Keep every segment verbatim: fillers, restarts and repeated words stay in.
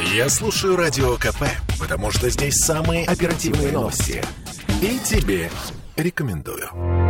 Я слушаю Радио КП, потому что здесь самые оперативные новости. И тебе рекомендую.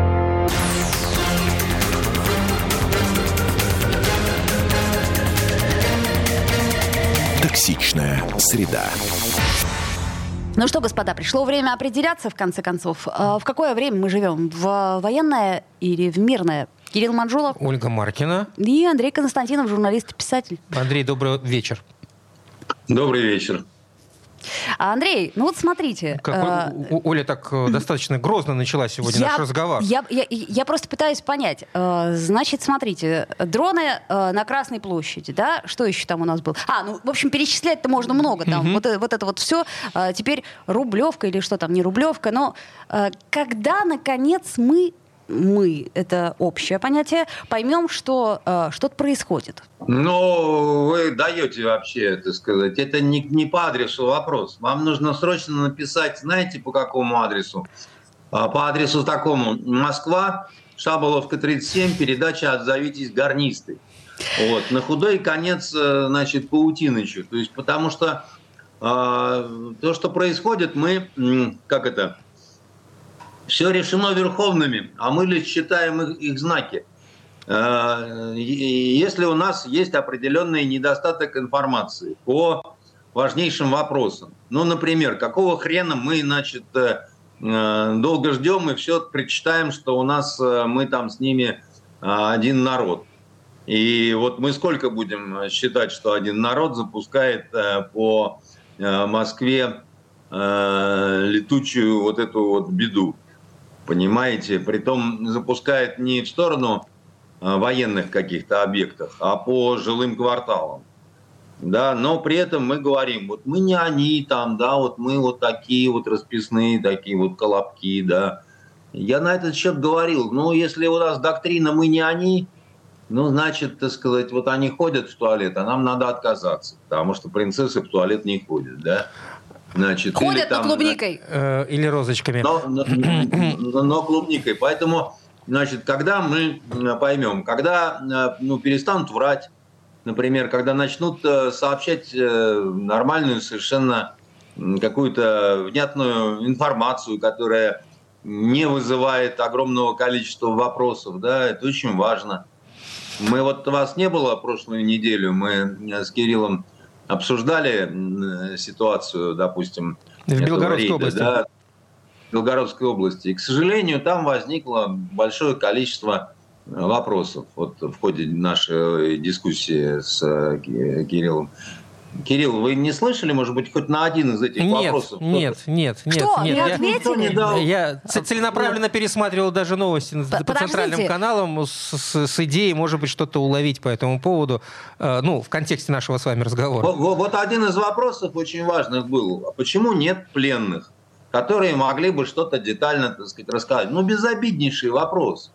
Токсичная среда. Ну что, господа, пришло время определяться, в конце концов. В какое время мы живем? В военное или в мирное? Кирилл Манжулов. Ольга Маркина. И Андрей Константинов, журналист и писатель. Андрей, добрый вечер. Добрый вечер. Андрей, ну вот смотрите. Как э, Оля так достаточно грозно начала сегодня я, наш разговор. Я, я, я просто пытаюсь понять. Э, значит, смотрите, дроны э, на Красной площади, да? Что еще там у нас было? А, ну, в общем, перечислять-то можно много. Там, Mm-hmm. вот, вот это вот все. Э, теперь Рублевка или что там, не Рублевка. Но э, когда, наконец, мы... мы, это общее понятие, поймем, что э, что-то происходит. Ну, вы даете вообще, так сказать, это не, не по адресу вопрос. Вам нужно срочно написать, знаете, по какому адресу? А, по адресу такому: Москва, Шаболовка, тридцать семь, передача «Отзовитесь, гарнисты». Вот. На худой конец, значит, Паутинычу. То есть, потому что э, то, что происходит, мы, как это... Все решено верховными, а мы лишь считаем их, их знаки. Если у нас есть определенный недостаток информации по важнейшим вопросам, ну, например, какого хрена мы, значит, долго ждем и все предчитаем, что у нас мы там с ними один народ. И вот мы сколько будем считать, что один народ запускает по Москве летучую вот эту вот беду? Понимаете, притом запускает не в сторону а, военных каких-то объектов, а по жилым кварталам. Да, но при этом мы говорим, вот мы не они там, да, вот мы вот такие вот расписные, такие вот колобки, да. Я на этот счет говорил, ну, если у нас доктрина «мы не они», ну, значит, так сказать, вот они ходят в туалет, а нам надо отказаться, потому что принцессы в туалет не ходят, да. Значит, ходят, там, но клубникой. Э, или розочками. Но, но, но клубникой. Поэтому, значит, когда мы поймем, когда ну, перестанут врать, например, когда начнут сообщать нормальную совершенно какую-то внятную информацию, которая не вызывает огромного количества вопросов, да, это очень важно. Мы вот, вас не было прошлую неделю, мы с Кириллом обсуждали ситуацию, допустим, в Белгородской рейда, области. Да, в Белгородской области. И, к сожалению, там возникло большое количество вопросов вот, в ходе нашей дискуссии с Кириллом. Кирилл, вы не слышали, может быть, хоть на один из этих нет, вопросов? Нет, нет, нет. Что, нет. не Я, ответили? Я целенаправленно пересматривал даже новости по, по центральным каналам с, с, с идеей, может быть, что-то уловить по этому поводу, э, ну, в контексте нашего с вами разговора. Вот, вот один из вопросов очень важных был. А почему нет пленных, которые могли бы что-то детально, так сказать, рассказать? Ну, безобиднейший вопрос.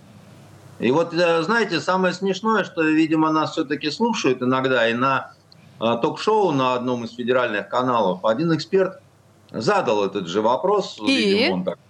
И вот, знаете, самое смешное, что, видимо, нас все-таки слушают иногда, и на ток-шоу на одном из федеральных каналов один эксперт задал этот же вопрос. И? Видимо, он так.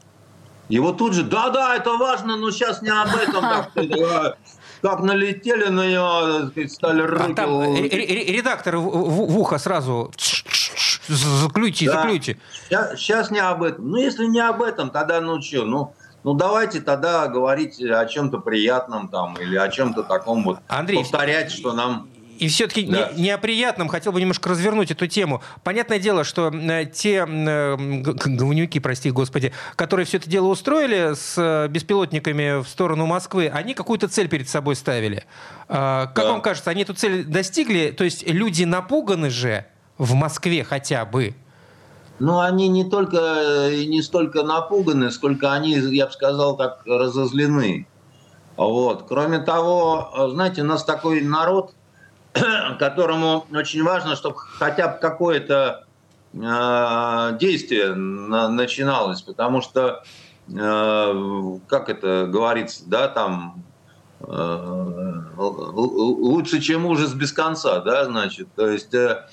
Его тут же, да-да, это важно, но сейчас не об этом. Так, как налетели на него, стали руки. А там редактор в ухо сразу заклюйте, да. заклюйте. Сейчас, сейчас не об этом. Ну, если не об этом, тогда ну что, ну... Ну, давайте тогда говорить о чем-то приятном там, или о чем-то таком вот. Андрей, повторять, что нам... И все-таки да. не, не о приятном, хотел бы немножко развернуть эту тему. Понятное дело, что э, те э, говнюки, прости господи, которые все это дело устроили с э, беспилотниками в сторону Москвы, они какую-то цель перед собой ставили. Э, как да. вам кажется, они эту цель достигли? То есть люди напуганы же в Москве хотя бы? Ну, они не только и не столько напуганы, сколько они, я бы сказал, так разозлены. Вот. Кроме того, знаете, у нас такой народ, которому очень важно, чтобы хотя бы какое-то э, действие на, начиналось, потому что, э, как это говорится, да, там э, лучше, чем ужас без конца, да, значит, то есть э,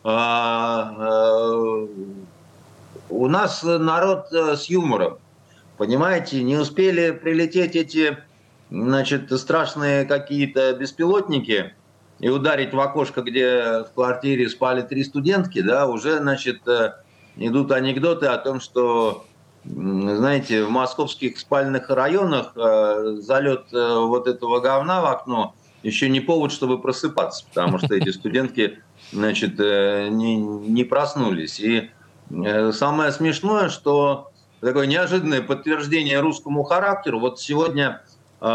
э, у нас народ с юмором, понимаете, не успели прилететь эти, значит, страшные какие-то беспилотники, и ударить в окошко, где в квартире спали три студентки, да, уже, значит, идут анекдоты о том, что, знаете, в московских спальных районах залет вот этого говна в окно еще не повод, чтобы просыпаться, потому что эти студентки, значит, не, не проснулись. И самое смешное, что такое неожиданное подтверждение русскому характеру. Вот сегодня э,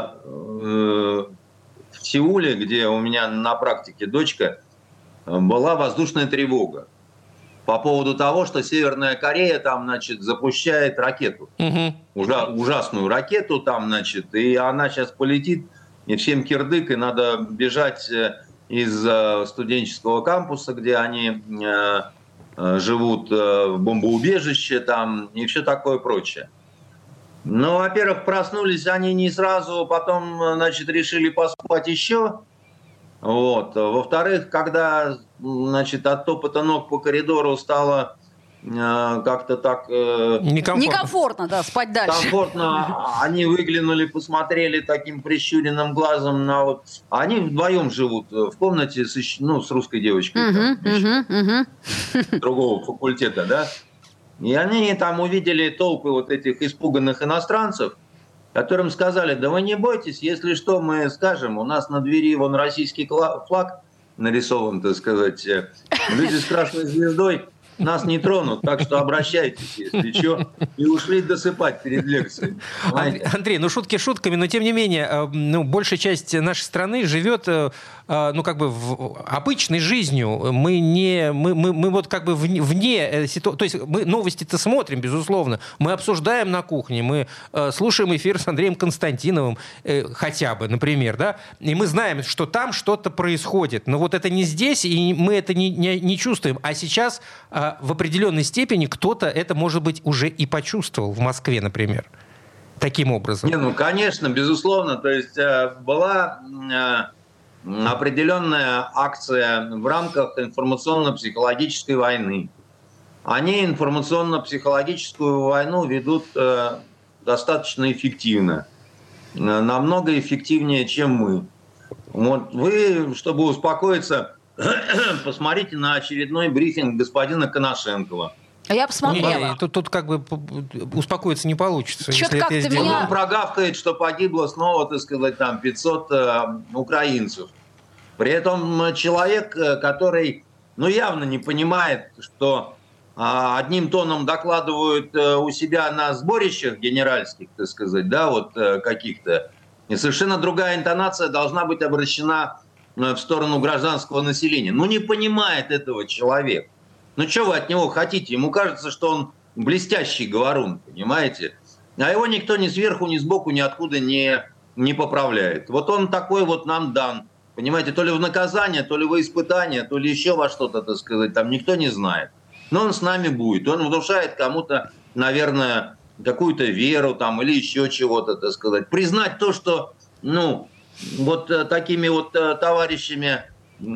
э, в Сеуле, где у меня на практике дочка, была воздушная тревога по поводу того, что Северная Корея там, значит, запускает ракету. Угу. Ужа, ужасную ракету там, значит, и она сейчас полетит, и всем кирдык, и надо бежать из э, студенческого кампуса, где они... Э, живут в бомбоубежище там и все такое прочее. Ну, во-первых, проснулись они не сразу, потом, значит, решили поспать еще. Вот. Во-вторых, когда, значит, от топота ног по коридору стало э, как-то так... Э, некомфортно. Некомфортно, да, спать дальше. Комфортно. Они выглянули, посмотрели таким прищуренным глазом на вот... Они вдвоем живут в комнате с, ну, с русской девочкой. Uh-huh, там, uh-huh, uh-huh. Другого факультета, да? И они там увидели толпы вот этих испуганных иностранцев, которым сказали: да вы не бойтесь, если что, мы скажем, у нас на двери вон российский флаг нарисован, так сказать, люди с красной звездой нас не тронут, так что обращайтесь, если что. И ушли досыпать перед лекцией. Понимаете? Андрей, ну шутки шутками, но тем не менее, ну, большая часть нашей страны живет, ну, как бы в обычной жизнью. Мы не, мы, мы, мы вот как бы вне, вне ситуации. То есть мы новости-то смотрим, безусловно. Мы обсуждаем на кухне, мы слушаем эфир с Андреем Константиновым, хотя бы, например, да, и мы знаем, что там что-то происходит. Но вот это не здесь, и мы это не, не, не чувствуем. А сейчас в определенной степени кто-то это, может быть, уже и почувствовал в Москве, например, таким образом. Не, ну, конечно, безусловно. То есть была определенная акция в рамках информационно-психологической войны. Они информационно-психологическую войну ведут достаточно эффективно. Намного эффективнее, чем мы. Вот вы, чтобы успокоиться, посмотрите на очередной брифинг господина Коношенкова. А я посмотрела. Не, тут, тут как бы успокоиться не получится. Что-то если это меня... Он прогавкает, что погибло снова, так сказать, там пятьсот э, украинцев. При этом человек, который, ну, явно не понимает, что э, одним тоном докладывают э, у себя на сборищах генеральских, так сказать, да, вот э, каких-то, и совершенно другая интонация должна быть обращена в сторону гражданского населения. Ну, не понимает этого человек. Ну, что вы от него хотите? Ему кажется, что он блестящий говорун, понимаете? А его никто ни сверху, ни сбоку, ни откуда не, не поправляет. Вот он такой вот нам дан. Понимаете, то ли в наказание, то ли во испытание, то ли еще во что-то, так сказать, там никто не знает. Но он с нами будет. Он внушает кому-то, наверное, какую-то веру там или еще чего-то, так сказать. Признать то, что, ну, вот такими вот товарищами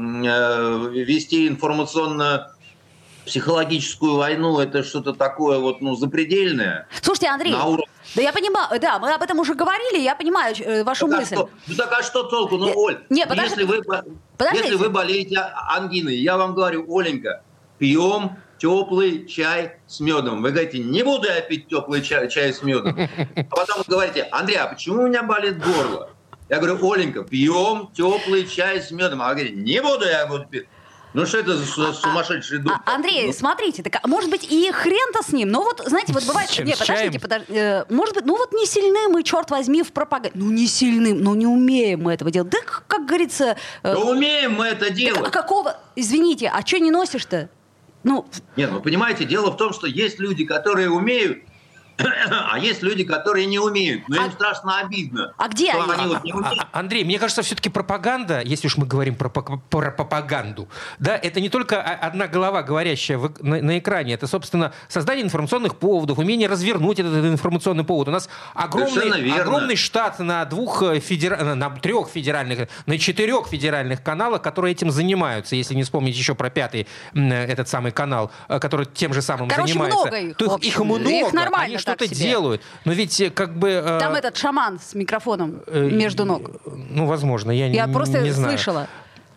вести информационно психологическую войну, это что-то такое вот, ну, запредельное. Слушайте, Андрей, уровне... да я понимаю, да, мы об этом уже говорили, я понимаю э, вашу так мысль. А что? Ну так а что толку? Ну, Оль, не, если, вы, если вы болеете ангиной, я вам говорю, Оленька, пьем теплый чай с медом. Вы говорите, не буду я пить теплый чай, чай с медом. А потом вы говорите, Андрей, а почему у меня болит горло? Я говорю, Оленька, пьем теплый чай с медом. А вы говорите, не буду я буду пить. Ну что это за сумасшедший дом? А, Андрей, ну, смотрите, так, может быть, и хрен-то с ним. Ну вот, знаете, вот бывает... Чем, нет, подождите, подождите э, может быть, ну вот не сильны мы, черт возьми, в пропаганде. Ну не сильны, ну не умеем мы этого делать. Да, как говорится... Э, да умеем мы это делать. Так, а какого... Извините, а что не носишь-то? Ну... Нет, вы понимаете, дело в том, что есть люди, которые умеют, а есть люди, которые не умеют. Но а... им страшно обидно. А где они? они вот не умеют. А, Андрей, мне кажется, все-таки пропаганда, если уж мы говорим про, про пропаганду, да, это не только одна голова, говорящая в, на, на экране. Это, собственно, создание информационных поводов, умение развернуть этот, этот информационный повод. У нас огромный, огромный штат на двух федера... на трех федеральных, на четырех федеральных каналах, которые этим занимаются. Если не вспомнить еще про пятый этот самый канал, который тем же самым Короче, занимается. Много их, То их, их много. Их нормально. Они что-то делают. Но ведь как бы... Там э, этот шаман с микрофоном э, между ног. Ну, возможно, я, я не, просто не знаю. слышала.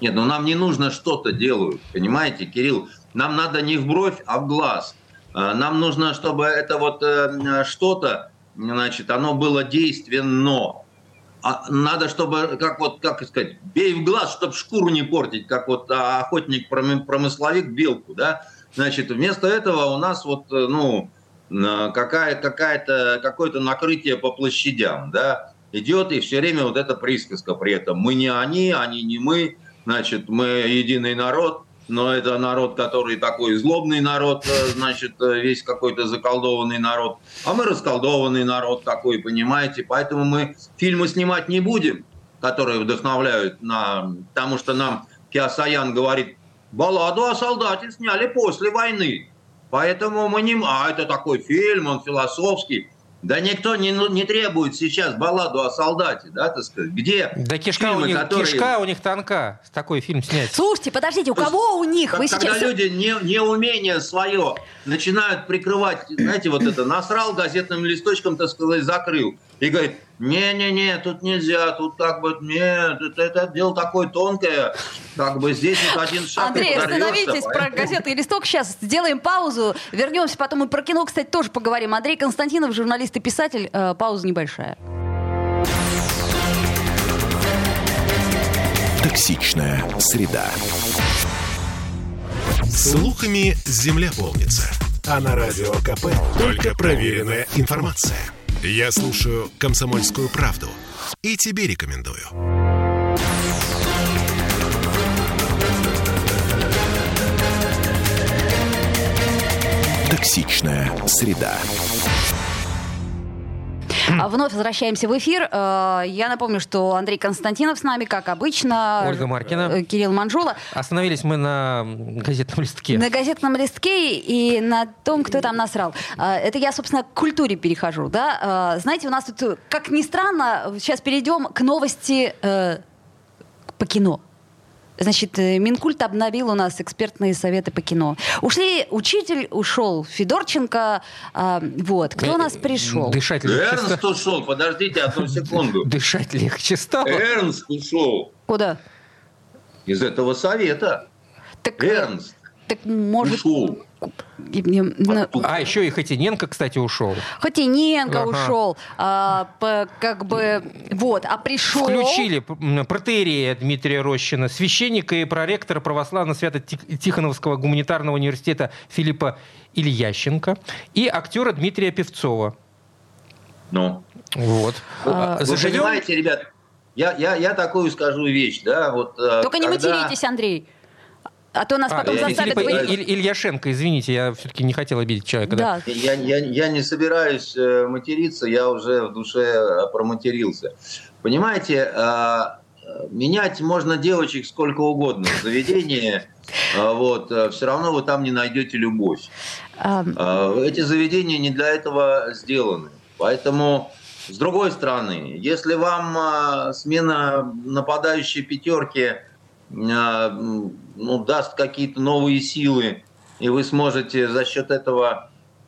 Нет, ну нам не нужно что-то делать, понимаете, Кирилл? Нам надо не в бровь, а в глаз. Нам нужно, чтобы это вот что-то, значит, оно было действенно. А надо, чтобы, как вот, как сказать, бей в глаз, чтобы шкуру не портить, как вот охотник-промысловик белку, да? Значит, вместо этого у нас вот, ну, какая, какая-то, какое-то накрытие по площадям, да, идет, и все время вот эта присказка при этом. Мы не они, они не мы, значит, мы единый народ, но это народ, который такой злобный народ, значит, весь какой-то заколдованный народ. А мы расколдованный народ такой, понимаете? Поэтому мы фильмы снимать не будем, которые вдохновляют, на... потому что нам Киасаян говорит, балладу о солдате сняли после войны. Поэтому мы не... А это такой фильм, он философский. Да никто не, не требует сейчас балладу о солдате, да, так сказать. Где да кишка, фильмы, у них, которые... кишка у них тонка, такой фильм снять. Слушайте, подождите, у кого у них? Как, Вы когда сейчас... люди не, неумение свое начинают прикрывать, знаете, вот это, насрал газетным листочком, так сказать, закрыл. И говорит, не-не-не, тут нельзя, тут как бы, нет, это, это дело такое тонкое, как бы здесь вот один шаг. Андрей, остановитесь про газеты и листок. Сейчас сделаем паузу, вернемся, потом и про кино, кстати, тоже поговорим. Андрей Константинов, журналист и писатель. Э, пауза небольшая. Токсичная среда. Слухами земля полнится. А на Радио КП только проверенная информация. Я слушаю «Комсомольскую правду» и тебе рекомендую. Токсичная среда. Вновь возвращаемся в эфир. Я напомню, что Андрей Константинов с нами, как обычно. Ольга Маркина. Кирилл Манжула. Остановились мы на газетном листке. На газетном листке и на том, кто там насрал. Это я, собственно, к культуре перехожу. Да? Знаете, у нас тут, как ни странно, сейчас перейдем к новости э, по кино. Значит, Минкульт обновил у нас экспертные советы по кино. Ушли, учитель ушел, Федорченко, э, вот. Кто у нас пришел? Дышать легче Эрнст стало. ушел, подождите одну секунду. Дышать легче стало. Эрнст ушел Куда? из этого совета. Так, Эрнст так может... ушел. А еще и Хотиненко, кстати, ушел. Хотиненко Ага. ушел, а, по, как бы, вот, а пришел... Включили протоиерея Дмитрия Рощина, священника и проректора православно-свято-тихоновского гуманитарного университета Филиппа Ильященко и актера Дмитрия Певцова. Ну. Вот. А, Вы Заживем? понимаете, ребят, я, я, я такую скажу вещь, да, вот... Только не когда... материтесь, Андрей. А то нас А, потом я не заставят... Филиппа вы- Иль- Ильяшенко, извините, я все-таки не хотел обидеть человека. Да. Да. Я, я, я не собираюсь э, материться, я уже в душе э, проматерился. Понимаете, э, менять можно девочек сколько угодно в заведении, э, вот, э, все равно вы там не найдете любовь. А, Э, эти заведения не для этого сделаны. Поэтому, с другой стороны, если вам э, смена нападающей пятерки э, ну, даст какие-то новые силы, и вы сможете за счет этого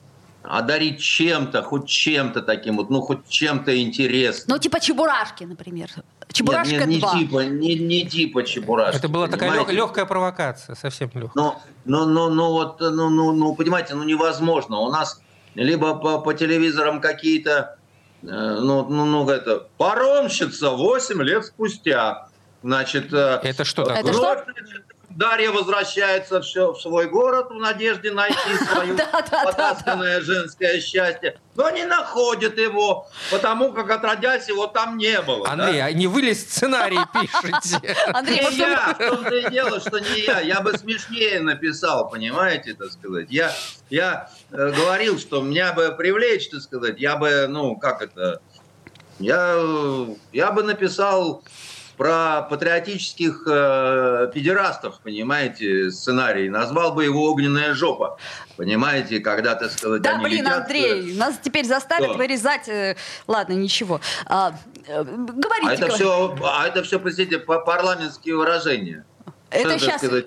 одарить чем-то, хоть чем-то таким вот, ну, хоть чем-то интересным. ну, типа Чебурашки, например. Чебурашка Нет, не, не два. типа, не, не типа Чебурашки. Это была такая понимаете? лег- легкая провокация, совсем легкая. Ну, ну, ну, ну, вот, ну, ну, ну, понимаете, ну, невозможно. У нас либо по, по телевизорам какие-то, э, ну, ну, ну, это, паромщица восемь лет спустя. Значит, э, Это что Это такое? что? вновь, значит, Дарья возвращается в в свой город в надежде найти свое Да-да-да-да. потасканное женское счастье, но не находит его, потому как, отродясь, его там не было. Андрей, да? а не вы ли сценарий пишете? Андрей, Не может, я, в том-то и дело, что не я. Я бы смешнее написал, понимаете, так сказать. Я, я э, говорил, что меня бы привлечь, так сказать, я бы, ну, как это, я, э, я бы написал про патриотических э, педерастов, понимаете, сценарий. Назвал бы его «Огненная жопа». Понимаете, когда, так сказать, Да, они блин, летят, Андрей, нас теперь заставят Что? вырезать... э, Ладно, ничего. А, э, говорите, А это, говорите. все, а это все, простите, по- парламентские выражения. Это Что сейчас сказать?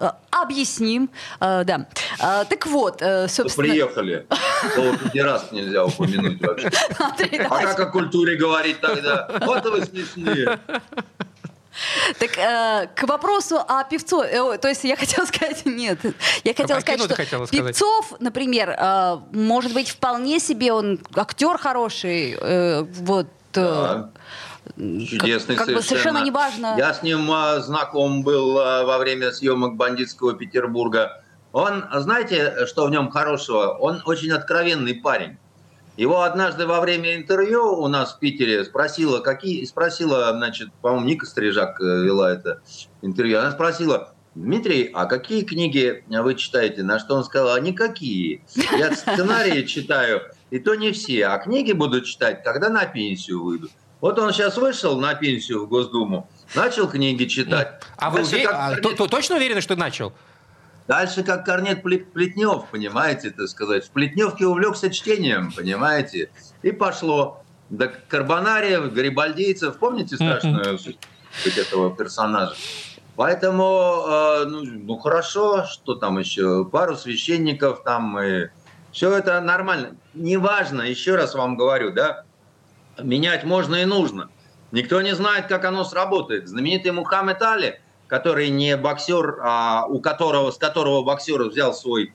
объясним. А, да. А, так вот, э, Что собственно... приехали. Слово «педераст» нельзя упомянуть вообще. Андрей, А давайте. как о культуре говорить тогда? Вот вы смешные. Так, э, к вопросу о певцу, э, то есть я хотела сказать, нет, я хотела А сказать, что хотела сказать. Певцов, например, э, может быть, вполне себе он актер хороший, э, вот... Да. Э, Чудесный как, как бы совершенно неважно. Я с ним а, знаком был а, во время съемок «Бандитского Петербурга». Он, знаете, что в нем хорошего? Он очень откровенный парень. Его однажды во время интервью у нас в Питере спросила, какие, спросила, значит, по-моему, Ника Стрижак вела это интервью. Она спросила: Дмитрий, а какие книги вы читаете? На что он сказал: а никакие. Я сценарии читаю, и то не все. А книги буду читать, когда на пенсию выйду. Вот он сейчас вышел на пенсию в Госдуму, начал книги читать. А вы увер... а, то, то, точно уверены, что начал? Дальше как Корнет Плетнев, понимаете, так сказать. В Плетневке увлекся чтением, понимаете, и пошло. До Карбонариев, Гарибальдийцев, помните страшную суть этого персонажа? Поэтому, э, ну, ну хорошо, что там еще, пару священников там, и все это нормально. Неважно, еще раз вам говорю, да, менять можно и нужно. Никто не знает, как оно сработает. Знаменитый Мухаммед Али, который не боксер, а у которого, с которого боксер взял свой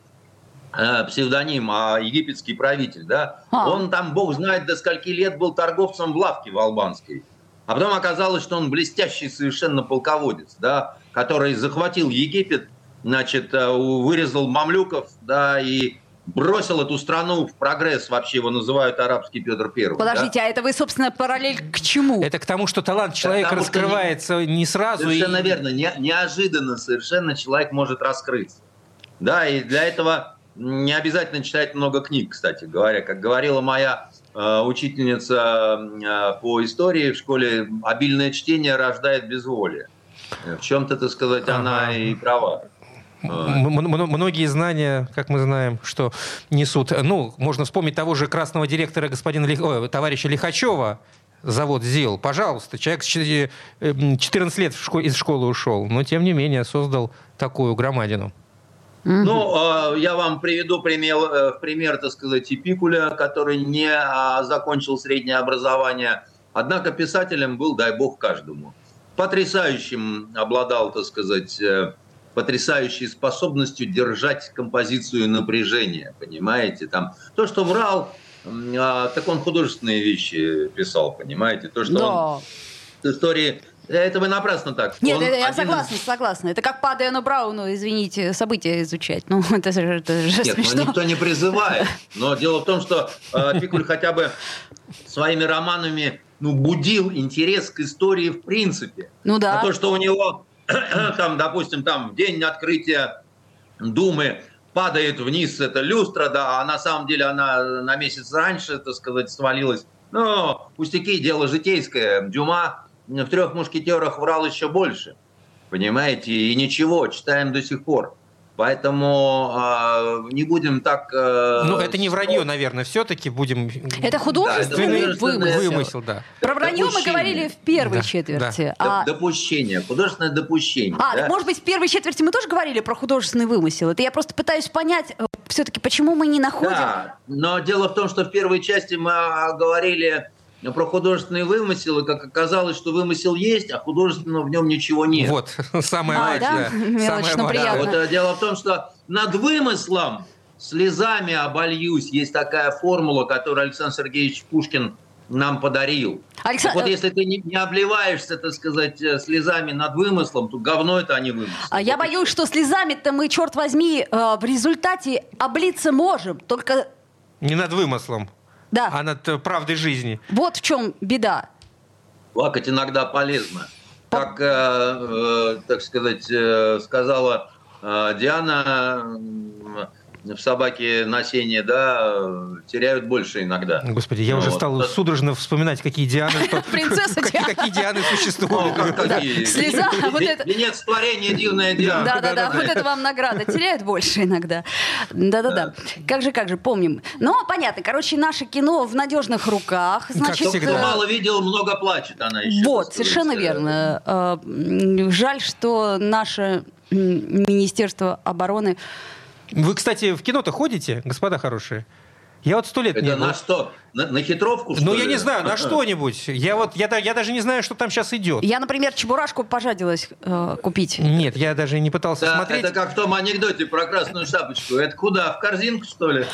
э, псевдоним, а египетский правитель, да, а. он там, бог знает, до скольки лет был торговцем в лавке в Албанской. А потом оказалось, что он блестящий совершенно полководец, да, который захватил Египет, значит, вырезал мамлюков, да, и бросил эту страну в прогресс, вообще его называют арабский Петр Первый. Подождите, да? А это вы, собственно, параллель к чему? Это к тому, что талант человека раскрывается не, не сразу. Совершенно и... верно, не, неожиданно совершенно человек может раскрыться. Да, и для этого не обязательно читать много книг, кстати говоря. Как говорила моя э, учительница э, по истории в школе, обильное чтение рождает безволие. В чем-то, так сказать, ага. она и права. Многие знания, как мы знаем, что несут. Ну, можно вспомнить того же красного директора господина Лих... Ой, товарища Лихачева, завод ЗИЛ. Пожалуйста, человек четырнадцать лет из школы ушел, но тем не менее создал такую громадину. Ну, я вам приведу пример, пример, так сказать, Пикуля, который не закончил среднее образование, однако писателем был, дай бог, каждому. Потрясающим обладал, так сказать, потрясающей способностью держать композицию напряжения, понимаете? Там, то, что врал, а, так он художественные вещи писал, понимаете? То, что да. он в истории... Это вы напрасно так. Нет, он это, я один... согласна, согласна. Это как по Дэну Брауну, извините, события изучать. Ну, это же, это же Нет, смешно. Ну, никто не призывает. Но дело в том, что э, Пикуль хотя бы своими романами ну, будил интерес к истории в принципе. Ну да. А то, что у него... там, допустим, там в день открытия Думы падает вниз эта люстра, да, а на самом деле она на месяц раньше, так сказать, свалилась. Ну, пустяки, дело житейское. Дюма в «Трех мушкетерах» врал еще больше, понимаете, и ничего, читаем до сих пор. Поэтому э, не будем так... Э, ну, это не вранье, наверное, все-таки будем... Это художественный да, вымысел. вымысел, да. Про вранье мы говорили в первой да, четверти. Да. А... Допущение, художественное допущение. А, да? так, может быть, в первой четверти мы тоже говорили про художественный вымысел? Это я просто пытаюсь понять, все-таки, почему мы не находим... Да, но дело в том, что в первой части мы говорили... про художественный вымысел, и как оказалось, что вымысел есть, а художественного в нем ничего нет. Вот, самое а, важное. Да? Мелочно приятно. Вот, дело в том, что над вымыслом слезами обольюсь. Есть такая формула, которую Александр Сергеевич Пушкин нам подарил. Александр... Вот если ты не, не обливаешься, так сказать, слезами над вымыслом, то говно это, а не вымысел. А я боюсь, что слезами-то мы, черт возьми, в результате облиться можем, только... Не над вымыслом. Да. А над правдой жизни. Вот в чем беда. Плакать иногда полезно. Как, э, э, так сказать, э, сказала э, Диана, э, в «Собаке на сене», да, теряют больше иногда. Господи, я ну, уже вот. стал судорожно вспоминать, какие Дианы... Принцесса Диана. Какие Дианы существуют. Слеза. Венец творения дивная Диана. Да-да-да, вот это вам награда. Теряют больше иногда. Да-да-да. Как же, как же, помним. Ну, понятно. Короче, наше кино в надежных руках. Значит, кто мало видел, много плачет, она еще. Вот, совершенно верно. Жаль, что наше Министерство обороны... Вы, кстати, в кино-то ходите, господа хорошие? Я вот сто лет Это не был. на что? На, на хитровку, что Ну, ли? я не знаю, на что-нибудь. Я вот, я, я даже не знаю, что там сейчас идет. Я, например, чебурашку пожадилась э, купить. Нет, я даже не пытался Да, смотреть. это как в том анекдоте про красную шапочку. Это куда? В корзинку, что ли?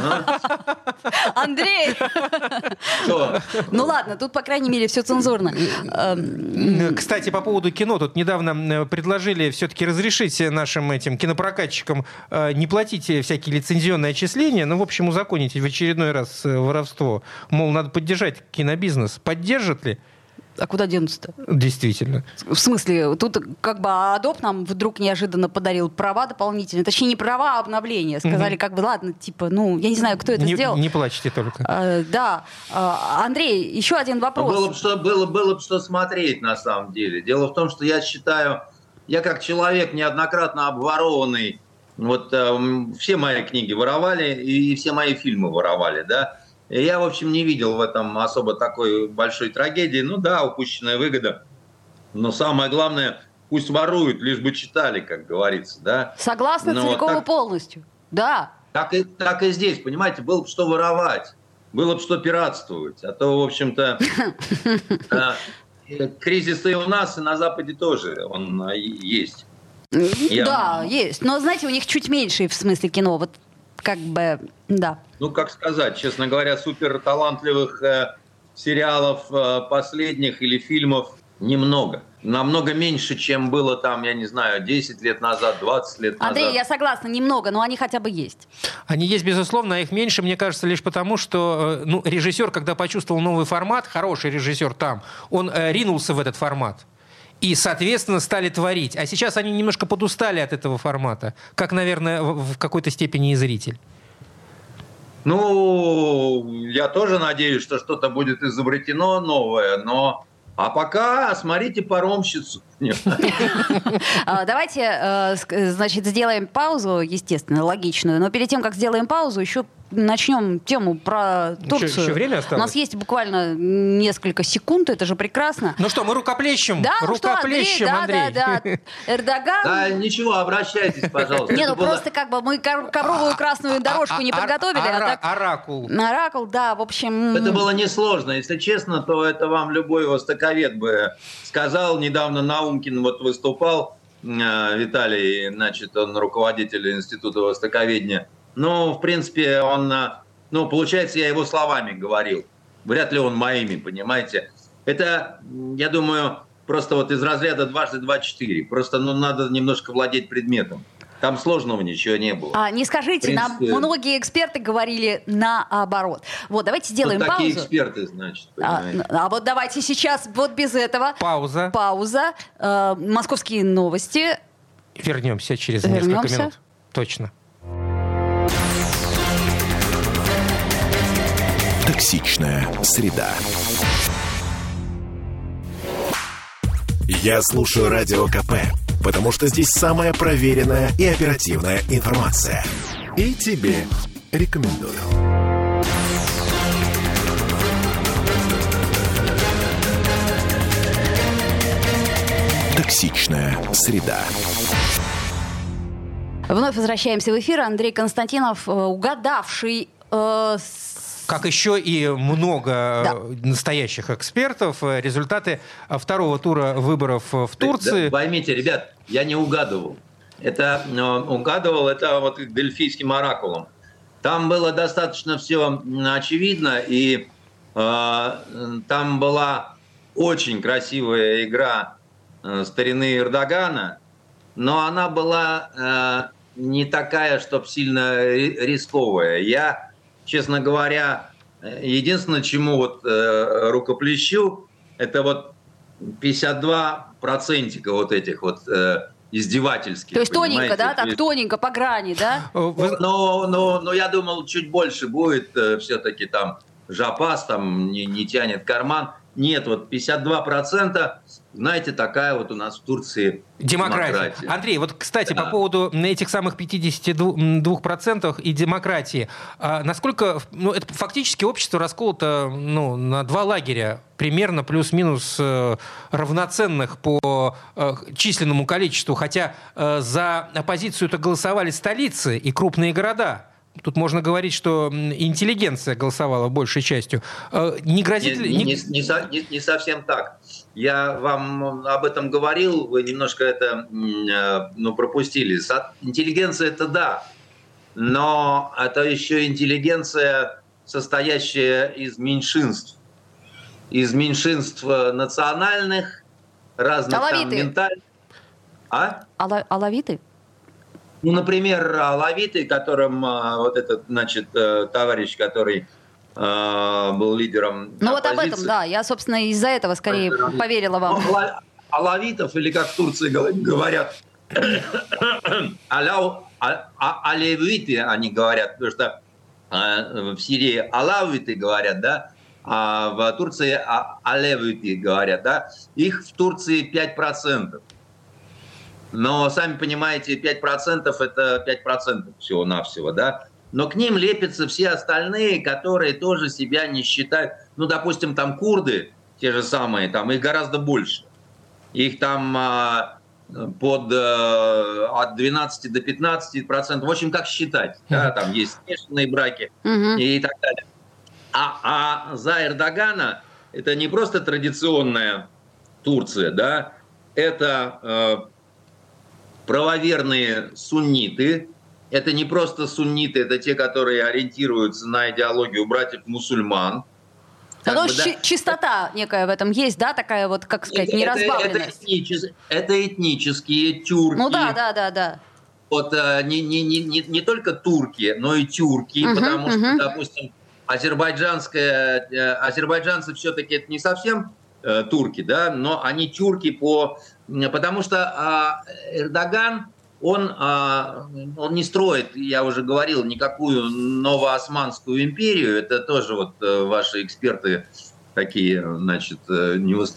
Андрей! Что? Ну ладно, тут, по крайней мере, все цензурно. Эм, Кстати, по поводу кино. Тут недавно предложили все-таки разрешить нашим этим кинопрокатчикам э, не платить всякие лицензионные отчисления. Ну, в общем, узаконить в очередной раз э, воровство. Мол, надо поддержать кинобизнес. Поддержат ли? А куда денутся-то? Действительно. В смысле, тут как бы Adobe нам вдруг неожиданно подарил права дополнительные. Точнее, не права, а обновления. Сказали, как бы, ладно, типа, ну, я не знаю, кто это Не, сделал. не плачьте только. А, да. А, Андрей, еще один вопрос. Было бы, что, было, было бы что смотреть на самом деле. Дело в том, что я считаю, я как человек неоднократно обворованный, вот э, все мои книги воровали и, и все мои фильмы воровали, да. И я, в общем, не видел в этом особо такой большой трагедии. Ну да, упущенная выгода. Но самое главное, пусть воруют, лишь бы читали, как говорится, да. Согласна Ну, целиком так, и полностью. Да. Так и, так и здесь, понимаете, было бы что воровать, было бы что пиратствовать. А то, в общем-то, кризис и у нас, и на Западе тоже он есть. Да, есть. Но, знаете, у них чуть меньше в смысле кино. Вот как бы, да. Ну, как сказать, честно говоря, суперталантливых э, сериалов э, последних или фильмов немного. Намного меньше, чем было там, я не знаю, десять лет назад, двадцать лет назад. Андрей, я согласна, немного, но они хотя бы есть. Они есть, безусловно, а их меньше, мне кажется, лишь потому, что ну, режиссер, когда почувствовал новый формат, хороший режиссер там, он э, ринулся в этот формат. И, соответственно, стали творить. А сейчас они немножко подустали от этого формата. Как, наверное, в, в какой-то степени и зритель. Ну, я тоже надеюсь, что что-то будет изобретено новое, но... А пока смотрите «Паромщицу». Давайте, значит, сделаем паузу, естественно, логичную. Но перед тем, как сделаем паузу, еще начнем тему про Турцию. Еще, еще время осталось? У нас есть буквально несколько секунд, это же прекрасно. Ну что, мы рукоплещем? Да, рукоплещем, что, Андрей, Андрей. Да, да, да. Эрдоган... Да, ничего, обращайтесь, пожалуйста. Не, ну было... просто как бы мы ковровую красную дорожку не подготовили, а, а, а так... Оракул. Оракул, да, в общем... Это было несложно. Если честно, то это вам любой востоковед бы сказал. Недавно Наумкин вот выступал, Виталий, значит, он руководитель Института востоковедения. Ну, в принципе, он, ну, получается, я его словами говорил. Вряд ли он моими, понимаете. Это, я думаю, просто вот из разряда дважды два четыре. Просто, ну, надо немножко владеть предметом. Там сложного ничего не было. А, не скажите, принципе, нам многие эксперты говорили наоборот. Вот, давайте сделаем вот паузу. такие эксперты, значит, а, а вот давайте сейчас, вот без этого. Пауза. Пауза. Э, московские новости. Вернемся через Вернемся. несколько минут. Точно. Токсичная среда. Я слушаю Радио КП, потому что здесь самая проверенная и оперативная информация. И тебе рекомендую. Токсичная среда. Вновь возвращаемся в эфир. Андрей Константинов, угадавший э, Как еще и много да. настоящих экспертов, результаты второго тура выборов в Турции. Да, поймите, ребят, я не угадывал. Это угадывал, это вот к дельфийским оракулам. Там было достаточно все очевидно, и э, там была очень красивая игра э, старины Эрдогана, но она была э, не такая, чтобы сильно рисковая. Я, честно говоря, единственное, чему вот э, рукоплещу, это вот пятьдесят два процента вот этих вот э, издевательских. То есть тоненько, да? Так есть... тоненько, по грани, да? Вы... Но, но, но я думал, чуть больше будет э, все-таки там жопас, там не, не тянет карман. Нет, вот пятьдесят два процента, знаете, такая вот у нас в Турции демократия. демократия. Андрей, вот, кстати, да. по поводу этих самых пятидесяти двух процентов и демократии. А насколько, ну, это фактически общество расколото, ну, на два лагеря, примерно плюс-минус э, равноценных по э, численному количеству, хотя э, за оппозицию-то голосовали столицы и крупные города. тут можно говорить, что интеллигенция голосовала большей частью. Не грозит ли... Не, не, не, не, не совсем так. Я вам об этом говорил, вы немножко это ну, пропустили. Интеллигенция – это да, но это еще интеллигенция, состоящая из меньшинств. Из меньшинств национальных, разных алавиты. Там ментальных. А? Ала- алавиты? Ну, например, алавиты, которым вот этот, значит, товарищ, который э, был лидером Ну оппозиции. вот об этом, да. Я, собственно, из-за этого скорее поверила вам. Ну, алавитов, или как в Турции говорят, аляу, а, а, алевиты они говорят, потому что э, в Сирии алавиты говорят, да, а в Турции а, алевиты говорят, да. Их в Турции пять процентов. Но, сами понимаете, пять процентов это пять процентов всего-навсего, да. Но к ним лепятся все остальные, которые тоже себя не считают. Ну, допустим, там курды, те же самые, там их гораздо больше. Их там а, под а, от двенадцати до пятнадцати процентов. В общем, как считать? Да, там есть смешанные браки Mm-hmm. и так далее. А, а за Эрдогана это не просто традиционная Турция, да, это... А, правоверные сунниты. Это не просто сунниты, это те, которые ориентируются на идеологию братьев-мусульман. Ну, бы, да. чистота некая в этом есть, да, такая вот, как сказать, неразбавленность. Это, это, этничес, это этнические тюрки. Ну да, да, да, да. Вот не, не, не, не, не только турки, но и тюрки, uh-huh, потому uh-huh. что, допустим, азербайджанская, азербайджанцы все-таки это не совсем э, турки, да, но они тюрки по... Потому что э, Эрдоган, он, э, он не строит, я уже говорил, никакую новоосманскую империю. Это тоже вот э, ваши эксперты такие, значит, э,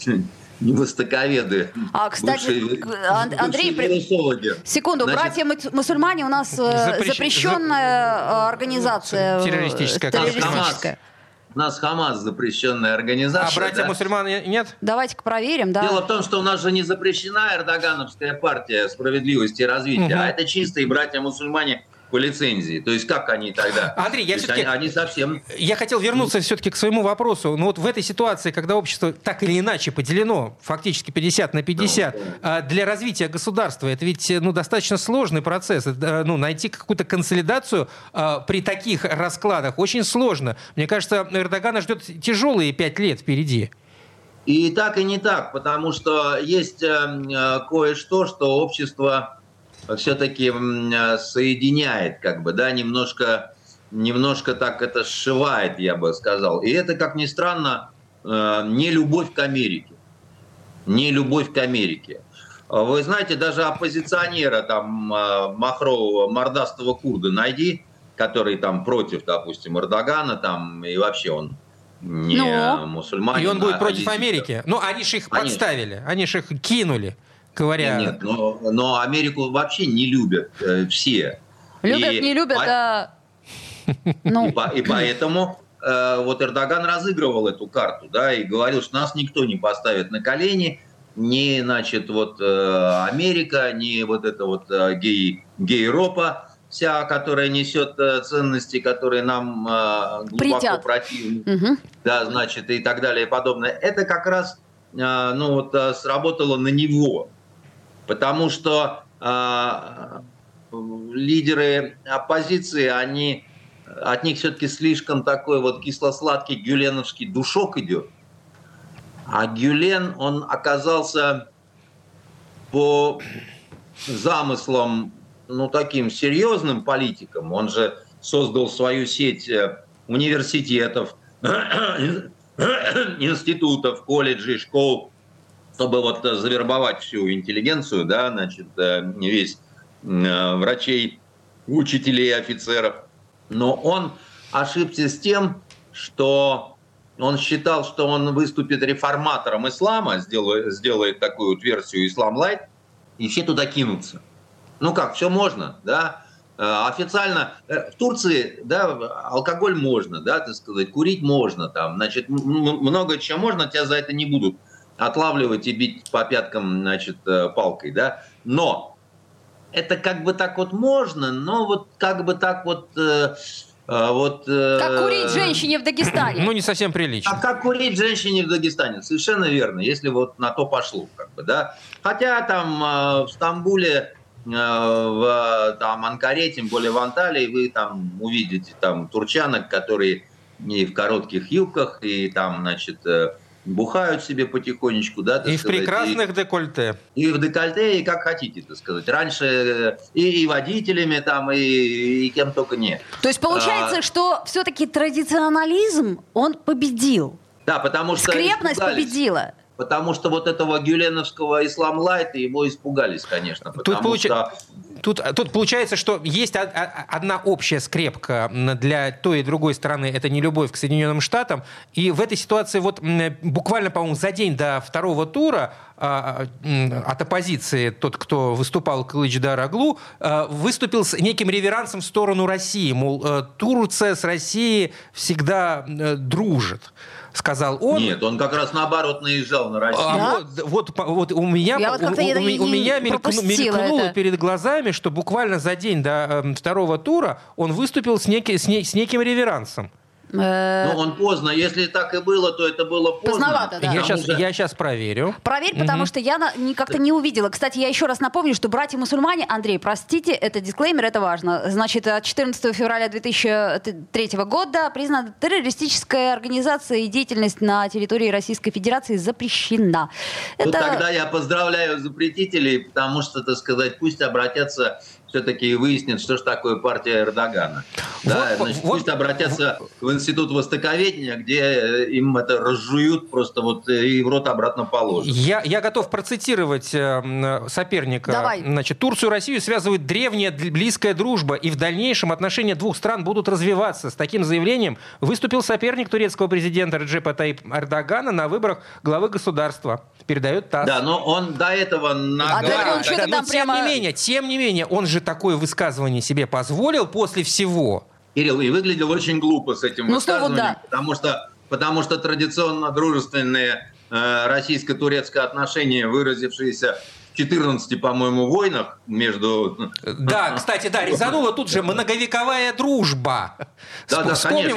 невостоковеды. А, кстати, бывшие, Андрей, бывшие секунду, значит, братья-мусульмане у нас Запрещ... запрещенная за... организация. Террористическая. террористическая. У нас Хамас запрещенная организация. А братья-мусульмане да? Нет? Давайте-ка проверим, да. Дело в том, что у нас же не запрещена эрдогановская партия справедливости и развития, угу. а это чистые братья-мусульмане по лицензии. То есть как они тогда? Андрей, я все-таки... Они, они совсем... Я хотел вернуться все-таки к своему вопросу. Ну вот в этой ситуации, когда общество так или иначе поделено, фактически пятьдесят на пятьдесят, да, да. для развития государства, это ведь ну, достаточно сложный процесс. Ну, найти какую-то консолидацию а, при таких раскладах очень сложно. Мне кажется, Эрдогана ждет тяжелые пять лет впереди. И так, и не так, потому что есть э, кое-что, что общество... все-таки соединяет, как бы, да, немножко, немножко так это сшивает, я бы сказал. И это, как ни странно, не любовь к Америке. Не любовь к Америке. Вы знаете, даже оппозиционера, там, махрового, мордастого курда найди, который там против, допустим, Эрдогана, там, и вообще он не ну, мусульманин. И он будет а, против а Америки. Ну, они же их Конечно. подставили, они же их кинули. Говоря... Нет, но, но Америку вообще не любят э, все. Любят, и, не любят, по... а... ну. и, по... и поэтому э, вот Эрдоган разыгрывал эту карту, да, и говорил, что нас никто не поставит на колени, ни, значит, вот э, Америка, ни вот эта вот э, гей, гей-ропа вся, которая несет э, ценности, которые нам э, глубоко Притят. противны, угу. да, значит, и так далее и подобное. Это как раз э, ну, вот, э, сработало на него. Потому что э, лидеры оппозиции, они, от них все-таки слишком такой вот кисло-сладкий гюленовский душок идет. А Гюлен, он оказался по замыслам, ну, таким серьезным политиком. Он же создал свою сеть университетов, институтов, колледжей, школ, чтобы вот завербовать всю интеллигенцию, да, значит, весь э, врачей, учителей, офицеров. Но он ошибся с тем, что он считал, что он выступит реформатором ислама, сделает, сделает такую вот версию «Ислам лайт», и все туда кинутся. Ну как, все можно, да? Официально в Турции, да, алкоголь можно, да, так сказать, курить можно, там, значит, много чего можно, тебя за это не будут отлавливать и бить по пяткам, значит, палкой, да. Но это как бы так вот можно, но вот как бы так вот... Э, Вот, э, как курить женщине в Дагестане. Ну, не совсем прилично. А как курить женщине в Дагестане? Совершенно верно, если вот на то пошло. Как бы, да? Хотя там э, в Стамбуле, э, в там, Анкаре, тем более в Анталии, вы там увидите там турчанок, которые и в коротких юбках, и там, значит... Э, бухают себе потихонечку, да, так и сказать, в прекрасных и, декольте. И в декольте, и как хотите, так сказать. Раньше и, и водителями там, и, и кем только не. То есть получается, а, что все-таки традиционализм, он победил. Да, потому что... Скрепность победила. Потому что вот этого гюленовского ислам-лайта его испугались, конечно. Тут, получ... что... тут, тут получается, что есть одна общая скрепка для той и другой стороны. Это не любовь к Соединенным Штатам. И в этой ситуации вот буквально, по-моему, за день до второго тура от оппозиции тот, кто выступал, Кылычдар Оглу, выступил с неким реверансом в сторону России. Мол, Турция с Россией всегда дружит. Сказал он. Нет, он как раз наоборот наезжал на Россию. А, да? вот, вот, вот у меня, Я вот у, у, у, у меня мелькну, мелькнуло это. перед глазами, что буквально за день до э, второго тура он выступил с, неки, с, не, с неким реверансом. Ну, он поздно. Если так и было, то это было поздно. Поздновато, да. Я сейчас, я сейчас проверю. Проверь, потому угу. что я на, не, как-то не увидела. Кстати, я еще раз напомню, что братья-мусульмане, Андрей, простите, это дисклеймер, это важно. Значит, четырнадцатого февраля две тысячи третьего года признана террористическая организация и деятельность на территории Российской Федерации запрещена. Ну, это... тогда я поздравляю запретителей, потому что, так сказать, пусть обратятся... все-таки выяснят, что же такое партия Эрдогана. Вот, да, значит, вот, пусть обратятся вот. в институт востоковедения, где им это разжуют просто вот и в рот обратно положат. Я, я готов процитировать э, соперника. Давай. Значит, Турцию и Россию связывает древняя близкая дружба, и в дальнейшем отношения двух стран будут развиваться. С таким заявлением выступил соперник турецкого президента Реджепа Тайипа Эрдогана на выборах главы государства. Передает ТАСС. Да, но он до этого... На... А да, да, он да, но тем прямо... не менее, тем не менее, он же такое высказывание себе позволил после всего. Кирилл, и выглядел очень глупо с этим ну, высказыванием, да. потому что, потому что традиционно дружественные э, российско-турецкие отношения, выразившиеся в четырнадцати, по-моему, войнах между... Да, кстати, да, резанула тут же многовековая дружба. Да, да, конечно.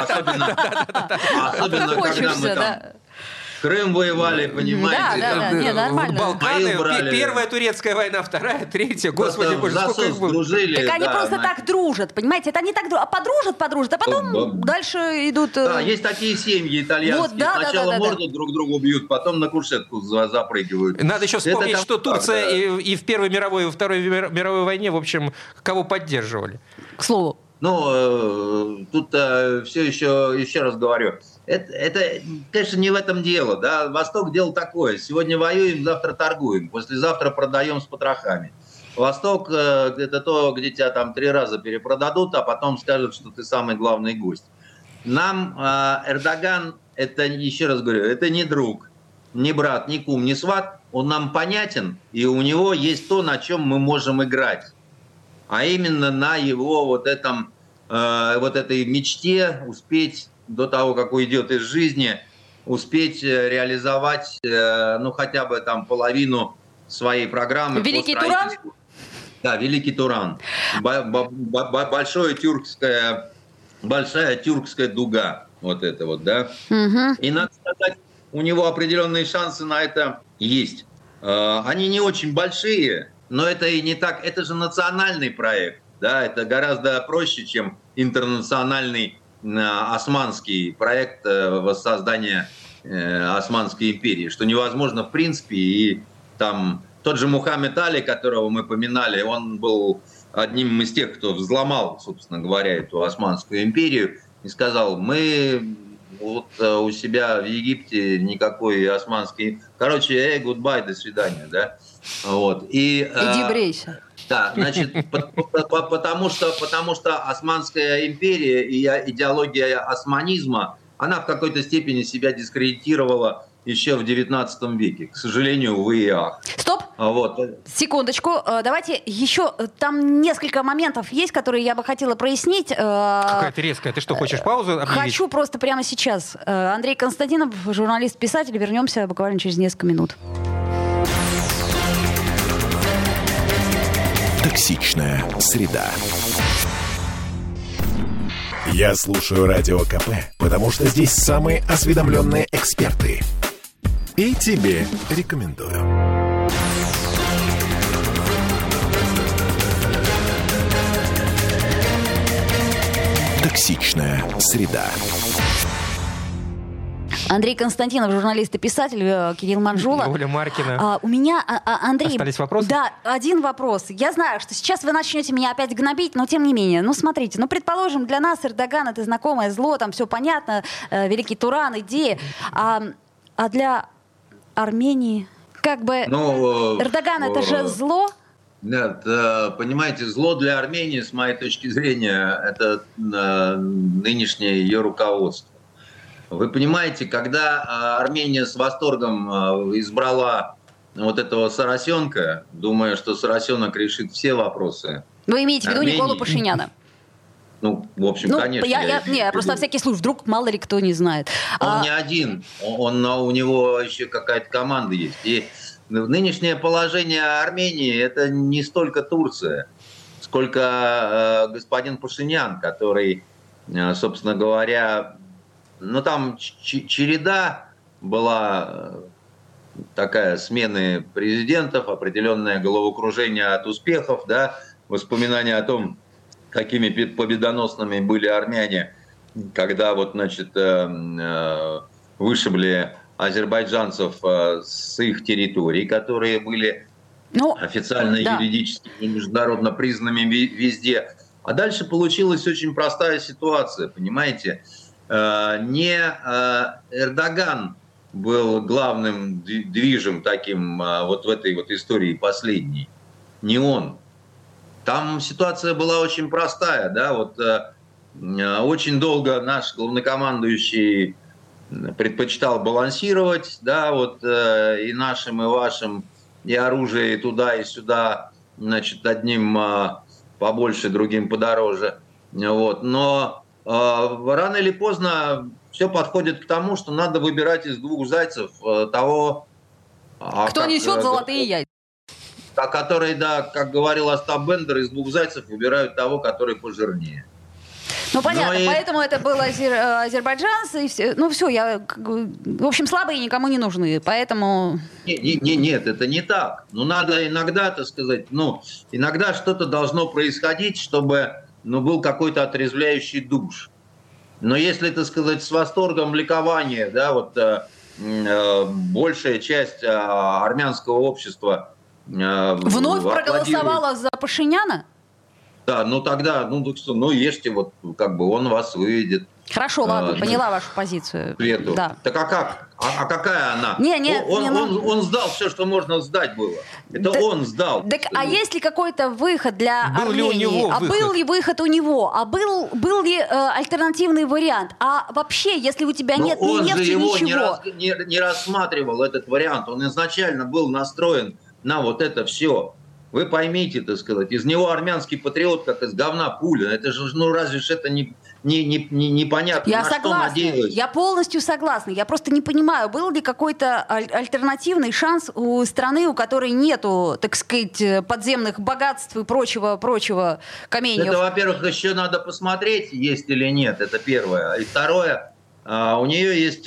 Особенно, когда мы там... Крым воевали, понимаете? Да, да, да, не, нормально. Балканы, первая турецкая война, вторая, третья. Господи, боже, сколько их было. Дружили, так они да, просто значит. так дружат, понимаете? Это они так дружат, а подружат, подружат, а потом да, дальше идут... Да, есть такие семьи итальянские. Вот, да, сначала да, да, морду да. друг другу бьют, потом на кушетку запрыгивают. Надо еще вспомнить, это что Турция так, да. и, и в Первой мировой, и во Второй мировой войне, в общем, кого поддерживали. К слову. Ну, э, тут э, все еще, еще раз говорю, это, это, конечно, не в этом дело. Да? Восток дело такое. Сегодня воюем, завтра торгуем, послезавтра продаем с потрохами. Восток э, это то, где тебя там три раза перепродадут, а потом скажут, что ты самый главный гость. Нам э, Эрдоган, это, еще раз говорю, это не друг, не брат, не кум, не сват. Он нам понятен, и у него есть то, на чем мы можем играть. А именно на его вот, этом, э, вот этой мечте успеть до того, как уйдет из жизни, успеть реализовать э, ну, хотя бы там половину своей программы. Великий Туран? Да, Великий Туран. Большое тюркское, большая тюркская дуга. Вот это вот, да. Угу. И надо сказать, у него определенные шансы на это есть. Э, они не очень большие. Но это и не так, это же национальный проект, да, это гораздо проще, чем интернациональный э, османский проект э, воссоздания э, Османской империи, что невозможно в принципе, и там тот же Мухаммед Али, которого мы поминали, он был одним из тех, кто взломал, собственно говоря, эту Османскую империю и сказал, мы вот э, у себя в Египте никакой османский, короче, эй, гудбай, до свидания, да. Вот. И, Иди брейся. Да, значит, потому что, потому что Османская империя и идеология османизма, она в какой-то степени себя дискредитировала еще в девятнадцатом веке. К сожалению, увы и ах. Стоп! Вот. Секундочку. Давайте еще... Там несколько моментов есть, которые я бы хотела прояснить. Какая-то резкая. Ты что, хочешь паузу объявить? Хочу просто прямо сейчас. Андрей Константинов, журналист-писатель. Вернемся буквально через несколько минут. Токсичная среда. Я слушаю Радио КП, потому что здесь самые осведомленные эксперты. И тебе рекомендую. Токсичная среда. Андрей Константинов, журналист и писатель, Кирилл Манжула. Оля Маркина. А, у меня, а, Андрей... Остались вопросы? Да, один вопрос. Я знаю, что сейчас вы начнете меня опять гнобить, но тем не менее. Ну, смотрите, ну, предположим, для нас Эрдоган — это знакомое зло, там все понятно, э, великий Туран, идеи. А, а для Армении, как бы, Ну, Эрдоган — это же зло? Нет, понимаете, зло для Армении, с моей точки зрения, это нынешнее ее руководство. Вы понимаете, когда Армения с восторгом избрала вот этого Соросенка, думая, что Соросенок решит все вопросы. Вы имеете в виду Армении. Николу Пашиняна? Ну, в общем, Ну, конечно. я, я, я, не, я просто на всякий случай, вдруг мало ли кто не знает. Он а... не один, он, он, у него еще какая-то команда есть. И нынешнее положение Армении – это не столько Турция, сколько э, господин Пашинян, который, э, собственно говоря, ну там ч- череда была такая, смены президентов, определенное головокружение от успехов, да, воспоминания о том, какими победоносными были армяне, когда вот, значит, э, э, вышибли азербайджанцев э, с их территорий, которые были ну, официально, да. юридически и международно признанными везде. А дальше получилась очень простая ситуация, понимаете? Э, не э, Эрдоган был главным движем таким э, вот в этой вот истории последней, не он. Там ситуация была очень простая, да, вот э, очень долго наш главнокомандующий предпочитал балансировать, да, вот э, и нашим, и вашим, и оружие и туда, и сюда, значит, одним э, побольше, другим подороже, вот, но э, рано или поздно все подходит к тому, что надо выбирать из двух зайцев э, того, кто как, несет золотые яйца. Который, да, как говорил Остап Бендер, из двух зайцев выбирают того, который пожирнее. Ну, понятно, и... поэтому это был азер... азербайджанцы, и все. Ну, все, я, в общем, слабые никому не нужны, поэтому... Не, не, не, нет, это не так. Ну, надо иногда, так сказать, ну, иногда что-то должно происходить, чтобы, ну, был какой-то отрезвляющий душ. Но если, так сказать, с восторгом ликования, да, вот э, э, большая часть э, армянского общества вновь проголосовала за Пашиняна? Да, ну тогда, ну, ну ешьте, вот как бы он вас выведет. Хорошо, ладно, а, поняла вашу позицию. Свету. Да. Так а как? А, а какая она? Не, не, он, не, он, ну... он сдал все, что можно сдать было. Это да, он сдал. Так, а есть ли какой-то выход для был Армении? Ли у него а выход? был ли выход у него? А был, был ли э, альтернативный вариант? А вообще, если у тебя Но нет ни нефти, он же его ничего... не, раз, не, не рассматривал, этот вариант. Он изначально был настроен на вот это все. Вы поймите, так сказать, из него армянский патриот, как из говна пуля. Это же, ну разве ж это не, не, не, не, непонятно, я на согласна, что надеялась? Я полностью согласна. Я просто не понимаю, был ли какой-то аль- альтернативный шанс у страны, у которой нету, так сказать, подземных богатств и прочего-прочего каменьев. Это, во-первых, еще надо посмотреть, есть или нет, это первое. И второе, у нее есть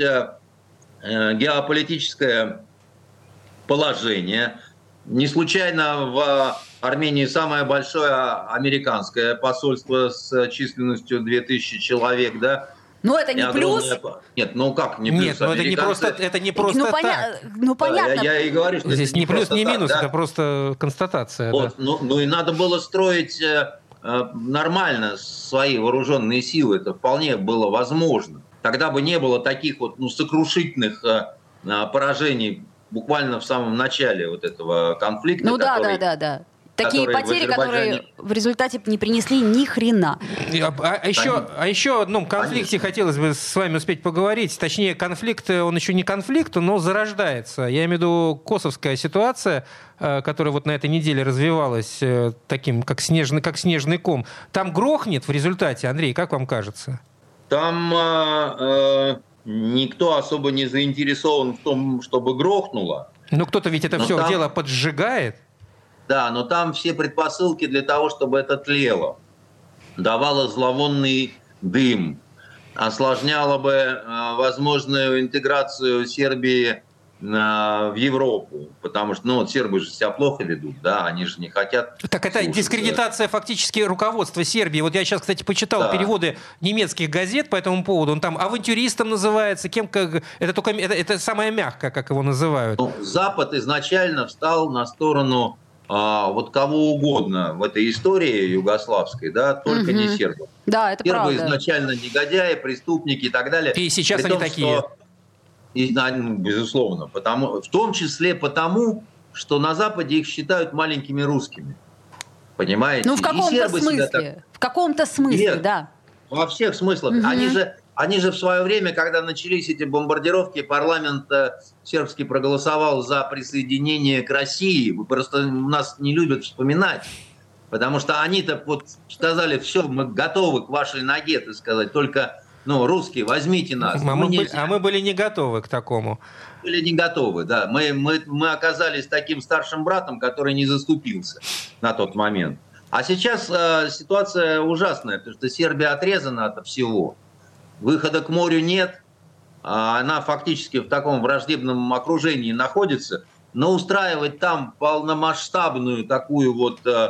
геополитическое положение. Не случайно в Армении самое большое американское посольство с численностью две тысячи человек, да? Ну, это не плюс? Нет, ну как не плюс? Нет, ну это не просто, это не просто ну, так. Поня... Ну, понятно. Да, я, я и говорю, что здесь не плюс, не минус, так, это да? просто констатация. Вот, да. ну, ну и надо было строить э, нормально свои вооруженные силы, это вполне было возможно. Тогда бы не было таких вот ну, сокрушительных э, поражений буквально в самом начале вот этого конфликта. Ну да, который, да, да, да. Такие потери, в которые в результате не принесли ни хрена. А, а, еще, а еще о одном конфликте Конечно. хотелось бы с вами успеть поговорить. Точнее, конфликт, он еще не конфликт, но зарождается. Я имею в виду косовская ситуация, которая вот на этой неделе развивалась таким, как снежный, как снежный ком. Там грохнет в результате, Андрей, как вам кажется? Там э, никто особо не заинтересован в том, чтобы грохнуло. Но кто-то ведь это но все там... дело поджигает. да, но там все предпосылки для того, чтобы это тлело. Давало зловонный дым, осложняло бы э, возможную интеграцию Сербии в Европу, потому что, ну, вот сербы же себя плохо ведут, да, они же не хотят... Так это слушаться. Дискредитация фактически руководства Сербии. Вот я сейчас, кстати, почитал да. переводы немецких газет по этому поводу. Он там авантюристом называется, кем как... Это только это, это самое мягкое, как его называют. Ну, Запад изначально встал на сторону а, вот кого угодно в этой истории югославской, да, только угу. не сербов. Да, это Сербы правда. изначально негодяи, преступники и так далее. И сейчас При они том, такие. Что... И, ну, безусловно, потому, в том числе потому, что на Западе их считают маленькими русскими. Понимаете? Ну, в каком-то смысле. Так... В каком-то смысле, Нет, да. Во всех смыслах. Угу. Они же, они же в свое время, когда начались эти бомбардировки, парламент э, сербский проголосовал за присоединение к России. Вы просто у нас не любят вспоминать. Потому что они-то вот сказали, все, мы готовы к вашей ноге, так сказать, только... Ну, русские, возьмите нас. А мы, мы были, а мы были не готовы к такому. Были не готовы, да. Мы, мы, мы оказались таким старшим братом, который не заступился на тот момент. А сейчас э, ситуация ужасная, потому что Сербия отрезана от всего. Выхода к морю нет. Она фактически в таком враждебном окружении находится. Но устраивать там полномасштабную такую вот э,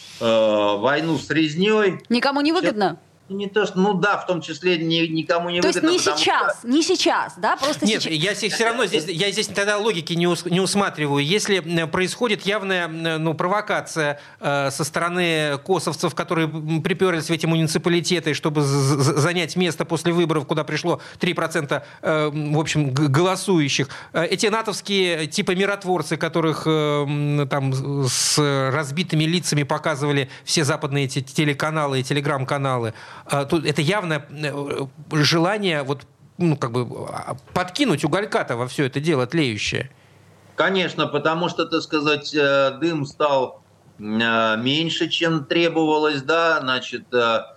э, войну с резней... Никому не выгодно? Не то, что, ну да, в том числе ни, никому не то выгодно. То есть не сейчас, что... не сейчас, да, просто Нет, сейчас. я все равно здесь, я здесь тогда логики не, ус, не усматриваю. Если происходит явная ну, провокация э, со стороны косовцев, которые приперлись в эти муниципалитеты, чтобы з- занять место после выборов, куда пришло три процента э, в общем, г- голосующих, э, эти натовские типа миротворцы, которых э, там с разбитыми лицами показывали все западные эти телеканалы и телеграм-каналы, тут это явное желание вот, ну, как бы подкинуть уголька-то во все это дело тлеющее. Конечно, потому что, так сказать, дым стал меньше, чем требовалось, да, значит,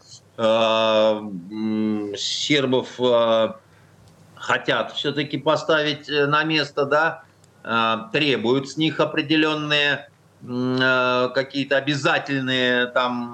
сербов хотят все-таки поставить на место, да, требуют с них определенные какие-то обязательные там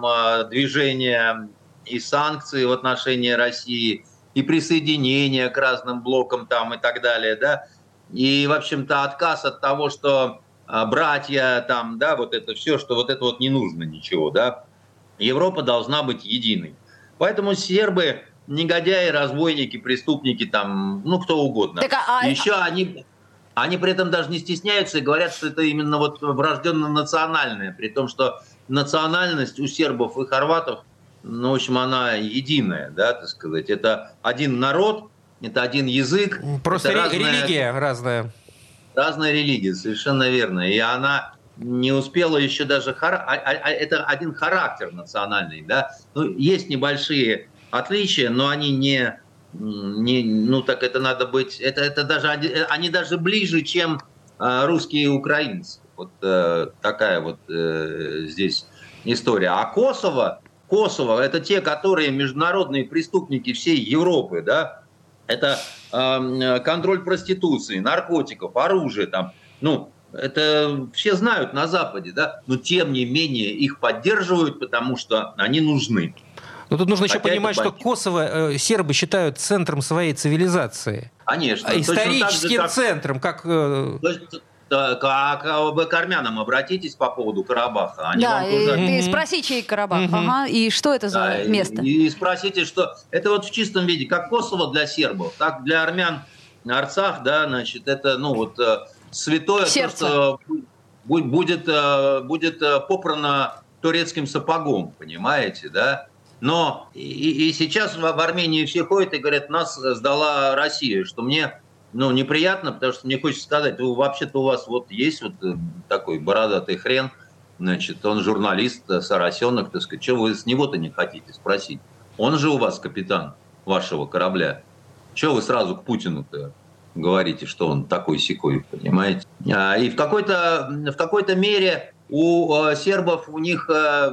движения и санкции в отношении России, и присоединение к разным блокам там и так далее, да, и, в общем-то, отказ от того, что а, братья там, да, вот это все, что вот это вот не нужно ничего, да. Европа должна быть единой. Поэтому сербы, негодяи, разбойники, преступники там, ну, кто угодно. Так, а... Еще они... Они при этом даже не стесняются и говорят, что это именно вот врожденно-национальное, при том, что национальность у сербов и хорватов, ну, в общем, она единая, да, так сказать. Это один народ, это один язык. Просто это ре- разная, религия разная. Разная религия, совершенно верно. И она не успела еще даже... Хар... Это один характер национальный, да. Ну, есть небольшие отличия, но они не... не ну, так это надо быть... Это, это даже, они даже ближе, чем русские и украинцы. Вот э, такая вот э, здесь история. А Косово... Косово – это те, которые международные преступники всей Европы, да, это э, контроль проституции, наркотиков, оружия, там, ну, это все знают на Западе, да, но тем не менее их поддерживают, потому что они нужны. Но тут нужно Хотя еще понимать, что Косово э, сербы считают центром своей цивилизации. Конечно. Историческим же, как... центром, как... Э... К, к, вы к армянам обратитесь по поводу Карабаха. Они да, вам тоже... и, ты спроси, чей Карабах, mm-hmm. ага, и что это за да, место. И, и спросите, что это вот в чистом виде, как Косово для сербов, так для армян Арцах, да, значит, это, ну, вот, святое, то, что будет, будет попрано турецким сапогом, понимаете, да? Но и, и сейчас в Армении все ходят и говорят, нас сдала Россия, что мне... Ну, неприятно, потому что мне хочется сказать, вы, вообще-то у вас вот есть вот такой бородатый хрен, значит, он журналист, соросенок, так сказать, что вы с него-то не хотите спросить? Он же у вас капитан вашего корабля. Чего вы сразу к Путину-то говорите, что он такой-сякой, понимаете? И в какой-то, в какой-то мере у сербов, у них,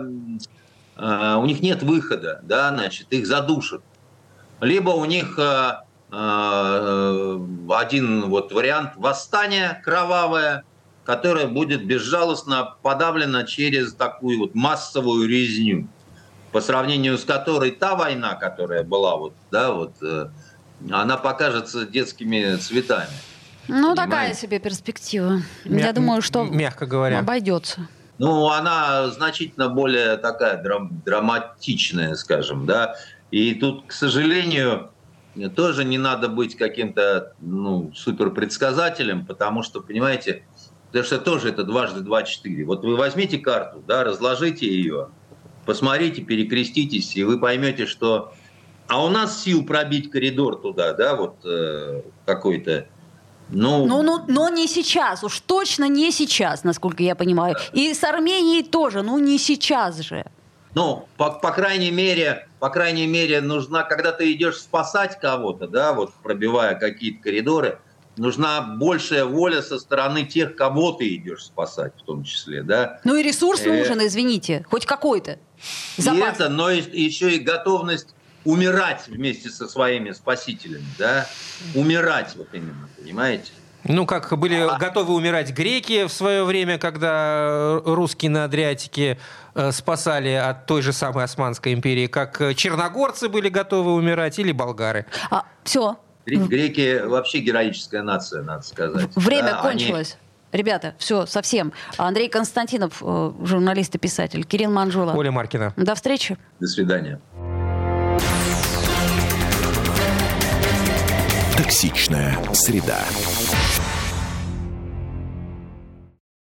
у них нет выхода, да, значит, их задушат. Либо у них... один вот вариант восстания кровавое, которая будет безжалостно подавлена через такую вот массовую резню, по сравнению с которой та война, которая была, вот, да, вот, она покажется детскими цветами. Ну, понимаете? Такая себе перспектива. Мя- Я думаю, что мягко говоря обойдется. Ну, она значительно более такая драм- драматичная, скажем, да. И тут, к сожалению, тоже не надо быть каким-то, ну, суперпредсказателем, потому что, понимаете, потому что тоже это дважды два четыре. Вот вы возьмите карту, да, разложите ее, посмотрите, перекреститесь, и вы поймете, что... А у нас сил пробить коридор туда, да, вот э, какой-то... Ну, ну, ну, но не сейчас, уж точно не сейчас, насколько я понимаю. И с Арменией тоже, ну не сейчас же. Ну, по, по крайней мере, по крайней мере, нужна, когда ты идешь спасать кого-то, да, вот пробивая какие-то коридоры, нужна большая воля со стороны тех, кого ты идешь спасать, в том числе, да. Ну и ресурс э- нужен, извините, хоть какой-то. Запас. И это, но еще и готовность умирать вместе со своими спасителями, да, умирать вот именно, понимаете? Ну, как были а... готовы умирать греки в свое время, когда русские на Адриатике э, спасали от той же самой Османской империи, как черногорцы были готовы умирать или болгары. А, все. Греки вообще героическая нация, надо сказать. Время да, кончилось. Они... Ребята, все, совсем. Андрей Константинов, журналист и писатель. Кирилл Манжула. Оля Маркина. До встречи. До свидания. Токсичная среда.